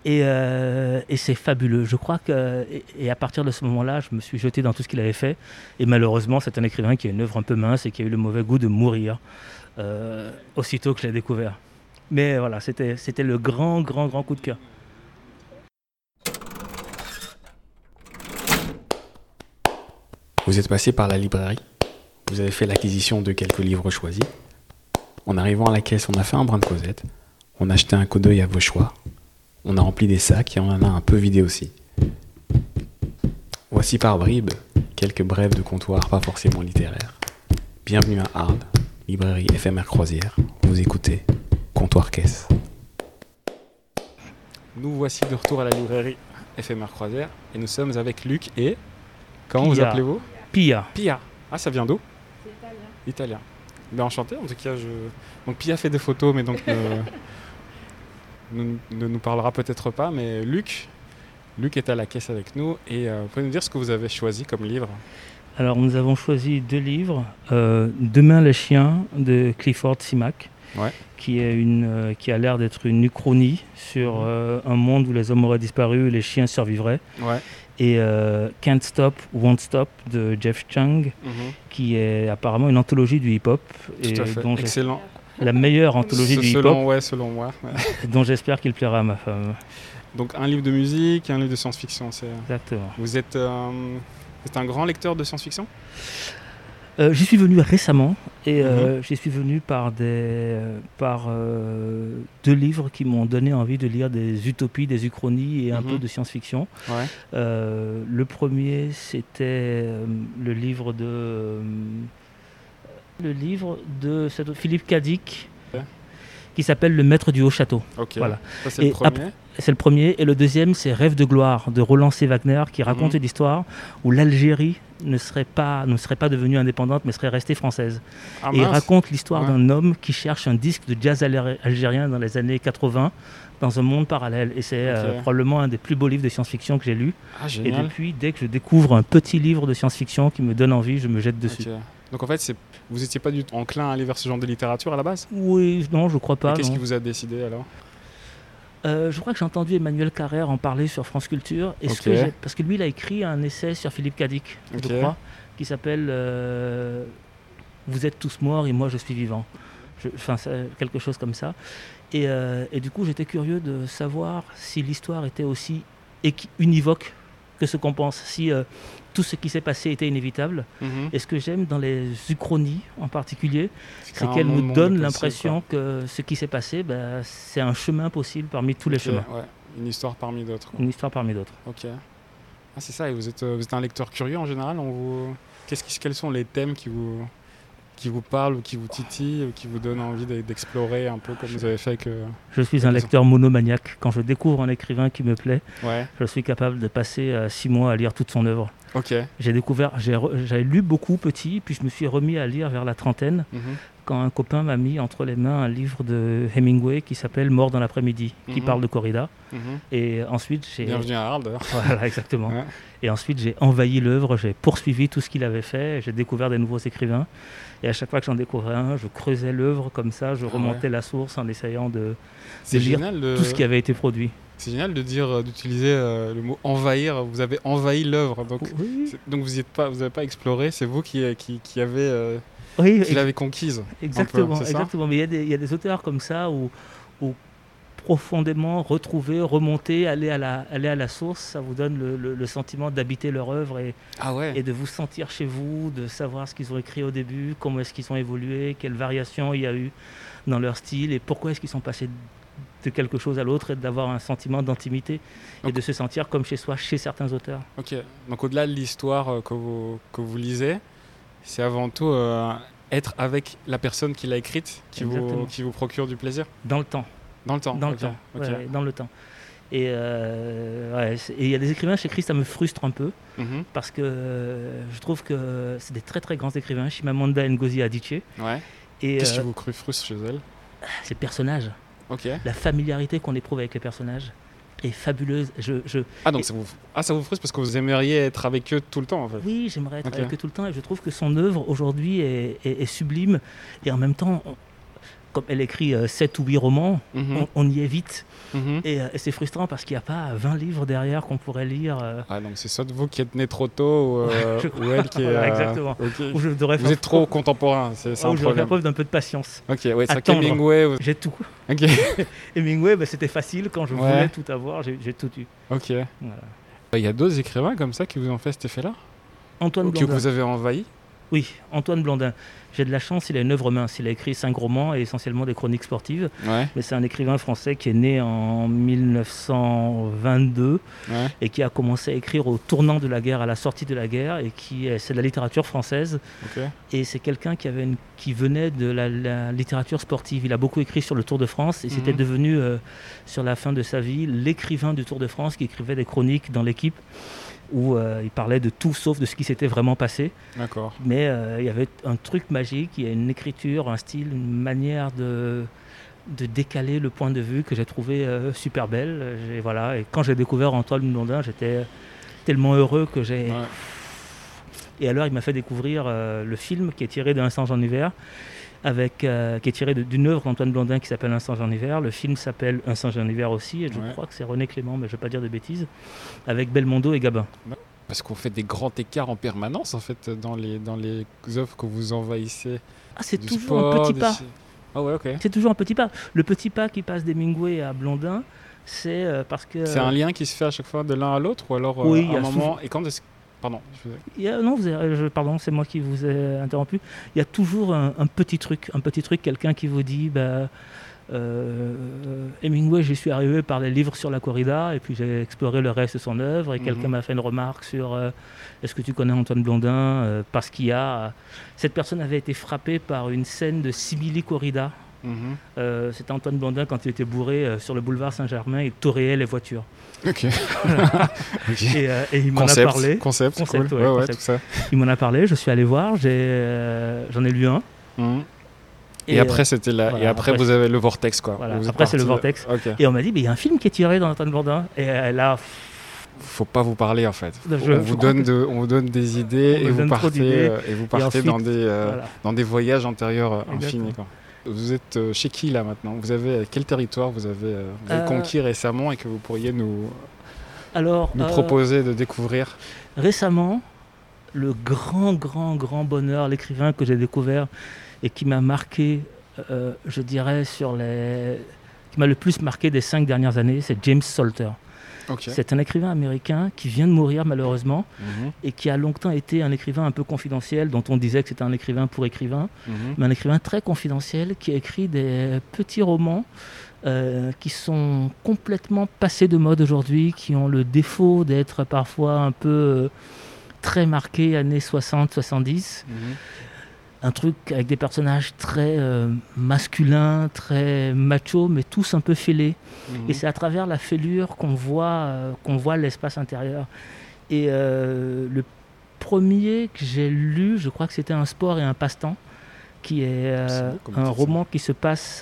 Et c'est fabuleux. Je crois que et à partir de ce moment-là, je me suis jeté dans tout ce qu'il avait fait. Et malheureusement, c'est un écrivain qui a une œuvre un peu mince et qui a eu le mauvais goût de mourir aussitôt que je l'ai découvert. Mais voilà, c'était le grand coup de cœur. Vous êtes passé par la librairie, vous avez fait l'acquisition de quelques livres choisis. En arrivant à la caisse, on a fait un brin de causette, on a jeté un coup d'œil à vos choix, on a rempli des sacs et on en a un peu vidé aussi. Voici par bribes quelques brèves de comptoir pas forcément littéraires. Bienvenue à Arles, librairie éphémère Croisière. Vous écoutez Comptoir Caisse. Nous voici de retour à la librairie éphémère Croisière et nous sommes avec Luc et... Comment Pia. vous appelez-vous ? Pia. Pia. Ah, ça vient d'où ? C'est italien. Italien. Ben, enchanté, en tout cas. Donc Pia fait des photos, mais donc ne nous parlera peut-être pas. Mais Luc est à la caisse avec nous. Et vous pouvez nous dire ce que vous avez choisi comme livre ? Alors nous avons choisi 2 livres. Demain les chiens de Clifford Simak, Ouais. qui a l'air d'être une uchronie sur un monde où les hommes auraient disparu et les chiens survivraient. Ouais. Et Can't Stop, Won't Stop de Jeff Chang, qui est apparemment une anthologie du hip-hop. Tout à fait. Dont Excellent. la meilleure anthologie du hip-hop, Selon moi. dont j'espère qu'il plaira à ma femme. Donc un livre de musique, un livre de science-fiction. Exactement. Vous êtes un grand lecteur de science-fiction ? J'y suis venu récemment et j'y suis venu par 2 livres qui m'ont donné envie de lire des utopies, des uchronies et un peu de science-fiction. Ouais. Le premier, c'était le livre de Philippe Cadic, qui s'appelle Le Maître du Haut Château. Ok. Voilà. Ça, c'est le premier. C'est le premier. Et le deuxième, c'est Rêve de gloire de Roland C. Wagner, qui raconte une histoire où l'Algérie ne serait pas devenue indépendante, mais serait restée française. Ah, et il mince. raconte l'histoire d'un homme qui cherche un disque de jazz algérien dans les années 80 dans un monde parallèle. Et c'est probablement un des plus beaux livres de science-fiction que j'ai lu. Ah, Et génial. depuis, dès que je découvre un petit livre de science-fiction qui me donne envie, je me jette dessus. Ok. Donc en fait, vous n'étiez pas du tout enclin à aller vers ce genre de littérature à la base ? Oui, non, je crois pas. Et qu'est-ce non. qui vous a décidé alors ? Je crois que j'ai entendu Emmanuel Carrère en parler sur France Culture. Et parce que lui, il a écrit un essai sur Philippe Cadic, je crois, qui s'appelle Vous êtes tous morts et moi je suis vivant. Quelque chose comme ça. Et du coup, j'étais curieux de savoir si l'histoire était aussi univoque que ce qu'on pense, si tout ce qui s'est passé était inévitable. Et ce que j'aime dans les uchronies en particulier, c'est qu'elles nous donnent l'impression que ce qui s'est passé, c'est un chemin possible parmi tous les chemins. Ouais. Une histoire parmi d'autres. Une histoire parmi d'autres. Ok. Ah, c'est ça, et vous êtes un lecteur curieux en général. Quels sont les thèmes qui vous parlent ou qui vous titillent ou qui vous donnent envie d'explorer un peu comme vous avez fait avec... Je suis un lecteur monomaniaque. Quand je découvre un écrivain qui me plaît, Ouais. je suis capable de passer 6 mois à lire toute son œuvre. Ok. J'avais lu beaucoup petit, puis je me suis remis à lire vers la trentaine, quand un copain m'a mis entre les mains un livre de Hemingway qui s'appelle Mort dans l'après-midi, qui parle de corrida. Et ensuite, Bienvenue à Arles d'ailleurs. Voilà, exactement. Ouais. Et ensuite, j'ai envahi l'œuvre, j'ai poursuivi tout ce qu'il avait fait, j'ai découvert des nouveaux écrivains. Et à chaque fois que j'en découvrais un, je creusais l'œuvre comme ça, je remontais la source en essayant de lire tout ce qui avait été produit. C'est génial d'utiliser le mot envahir. Vous avez envahi l'œuvre, donc vous n'avez pas exploré. C'est vous qui l'avez conquise. Exactement, un peu, c'est ça ? exactement. Mais il y a des auteurs comme ça où profondément retrouver, remonter, aller à la source, ça vous donne le sentiment d'habiter leur œuvre et de vous sentir chez vous, de savoir ce qu'ils ont écrit au début, comment est-ce qu'ils ont évolué, quelles variations il y a eu dans leur style et pourquoi est-ce qu'ils sont passés de quelque chose à l'autre et d'avoir un sentiment d'intimité et de se sentir comme chez soi, chez certains auteurs. Ok, donc au-delà de l'histoire que vous lisez, c'est avant tout être avec la personne qui l'a écrite qui vous procure du plaisir ? Dans le temps. Dans le temps. Okay. Ouais, dans le temps. Et il y a des écrivains chez qui ça me frustre un peu parce que je trouve que c'est des très très grands écrivains, Chimamanda Ngozi Adichie. Ouais. Qu'est-ce qui vous frustre chez elle ? C'est le personnage. Ok. La familiarité qu'on éprouve avec les personnages est fabuleuse. Ça vous frustre parce que vous aimeriez être avec eux tout le temps en fait ? Oui, j'aimerais être avec eux tout le temps et je trouve que son œuvre aujourd'hui est sublime et en même temps comme elle écrit 7 ou 8 romans, on y est vite. Et c'est frustrant parce qu'il n'y a pas 20 livres derrière qu'on pourrait lire. Ah, donc c'est soit de vous qui êtes né trop tôt ou elle qui est... Voilà, exactement. Okay. Vous êtes trop contemporain, c'est ça un problème. Je dois faire preuve d'un peu de patience. Ok, ouais, c'est ça Hemingway... J'ai tout. Ok. Hemingway, c'était facile, quand je voulais tout avoir, j'ai tout eu. Ok. Voilà. Il y a d'autres écrivains comme ça qui vous ont fait cet effet-là ? Antoine Blondin. Que vous avez envahi ? Oui, Antoine Blondin. J'ai de la chance, il a une œuvre mince. Il a écrit 5 romans et essentiellement des chroniques sportives. Ouais. Mais c'est un écrivain français qui est né en 1922 et qui a commencé à écrire au tournant de la guerre, à la sortie de la guerre, et c'est de la littérature française. Okay. Et c'est quelqu'un qui venait de la littérature sportive. Il a beaucoup écrit sur le Tour de France et c'était devenu, sur la fin de sa vie, l'écrivain du Tour de France qui écrivait des chroniques dans l'équipe, où il parlait de tout sauf de ce qui s'était vraiment passé. D'accord. Mais il y avait un truc magique, il y a une écriture, un style, une manière de décaler le point de vue que j'ai trouvé super belle. Et quand j'ai découvert Antoine Blondin, j'étais tellement heureux que j'ai... Ouais. Et alors il m'a fait découvrir le film qui est tiré de Un singe en hiver, qui est tiré d'une œuvre d'Antoine Blondin qui s'appelle Un singe en hiver. Le film s'appelle Un singe en hiver aussi, et je crois que c'est René Clément, mais je ne vais pas dire de bêtises, avec Belmondo et Gabin. Parce qu'on fait des grands écarts en permanence, en fait, dans les œuvres que vous envahissez. Ah, c'est toujours un petit pas. Ah ouais, ok. C'est toujours un petit pas. Le petit pas qui passe d'Hemingway à Blondin, c'est parce que... C'est un lien qui se fait à chaque fois de l'un à l'autre, ou alors oui, à un moment... Et quand est-ce... Pardon. Pardon, c'est moi qui vous ai interrompu. Il y a toujours un petit truc, quelqu'un qui vous dit Hemingway, j'y suis arrivé par les livres sur la corrida, et puis j'ai exploré le reste de son œuvre, et quelqu'un m'a fait une remarque sur est-ce que tu connais Antoine Blondin, parce cette personne avait été frappée par une scène de simili corrida. C'était Antoine Blondin quand il était bourré sur le boulevard Saint-Germain, il toréait les voitures. Ok. Et il m'en a parlé. Concept, cool. Ouais, tout ça. Il m'en a parlé, je suis allé voir, j'en ai lu un. Et après, c'était là. Voilà, et après, vous avez le vortex, quoi. Voilà. Après, c'est le vortex. Okay. Et on m'a dit, il y a un film qui est tiré dans Antoine Blondin. Et là... Faut pas vous parler, en fait. On vous donne des idées et vous partez dans des voyages antérieurs infinis, quoi. Vous êtes chez qui, là, maintenant ? Vous avez quel territoire vous avez conquis récemment et que vous pourriez nous proposer de découvrir ? Récemment, le grand bonheur, l'écrivain que j'ai découvert et qui m'a marqué, je dirais, qui m'a le plus marqué des 5 dernières années, c'est James Salter. Okay. C'est un écrivain américain qui vient de mourir malheureusement et qui a longtemps été un écrivain un peu confidentiel, dont on disait que c'était un écrivain pour écrivain, mais un écrivain très confidentiel qui a écrit des petits romans qui sont complètement passés de mode aujourd'hui, qui ont le défaut d'être parfois un peu très marqués années 60-70. Un truc avec des personnages très masculins, très machos, mais tous un peu fêlés. Et c'est à travers la fêlure qu'on voit l'espace intérieur. Et le premier que j'ai lu, je crois que c'était Un sport et un passe-temps, qui est un roman qui se passe,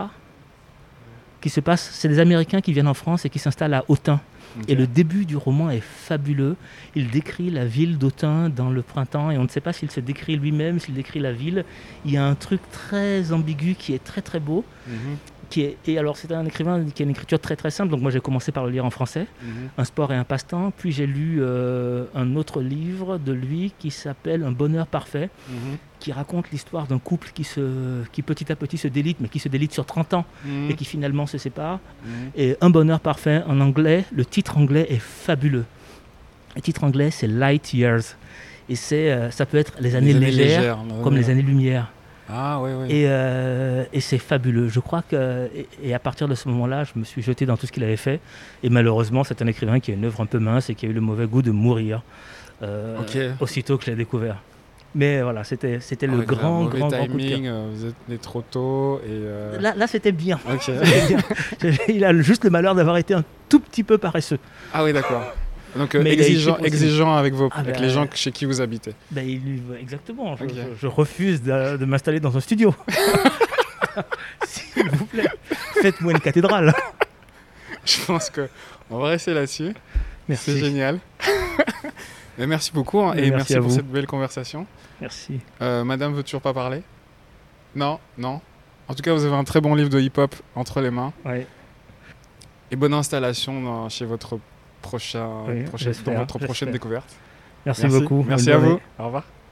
c'est des Américains qui viennent en France et qui s'installent à Autun. Okay. Et le début du roman est fabuleux. Il décrit la ville d'Autun dans le printemps et on ne sait pas s'il se décrit lui-même, s'il décrit la ville. Il y a un truc très ambigu qui est très très beau. Et alors c'est un écrivain qui a une écriture très très simple, donc moi j'ai commencé par le lire en français, Un sport et un passe-temps, puis j'ai lu un autre livre de lui qui s'appelle Un bonheur parfait, qui raconte l'histoire d'un couple qui petit à petit se délite, mais qui se délite sur 30 ans et qui finalement se sépare. Et Un bonheur parfait, en anglais, le titre anglais est fabuleux. Le titre anglais c'est Light Years, et ça peut être les années légères comme les années-lumière. Ah oui. Et c'est fabuleux. Je crois que et à partir de ce moment-là, je me suis jeté dans tout ce qu'il avait fait. Et malheureusement, c'est un écrivain qui a une œuvre un peu mince et qui a eu le mauvais goût de mourir aussitôt que je l'ai découvert. Mais voilà, c'était le grand coup de cœur. Vous êtes né trop tôt et là c'était bien. C'était bien. Il a juste le malheur d'avoir été un tout petit peu paresseux. Ah oui, d'accord. Donc exigeant avec les gens chez qui vous habitez. Exactement. Je refuse de m'installer dans un studio. S'il vous plaît, faites-moi une cathédrale. Je pense qu'on va rester là-dessus. Merci. C'est génial. Mais merci beaucoup et merci pour cette belle conversation. Merci. Madame veut toujours pas parler ? Non. En tout cas, vous avez un très bon livre de hip-hop entre les mains. Ouais. Et bonne installation chez votre prochaine découverte. Merci beaucoup. Merci à vous. Au revoir.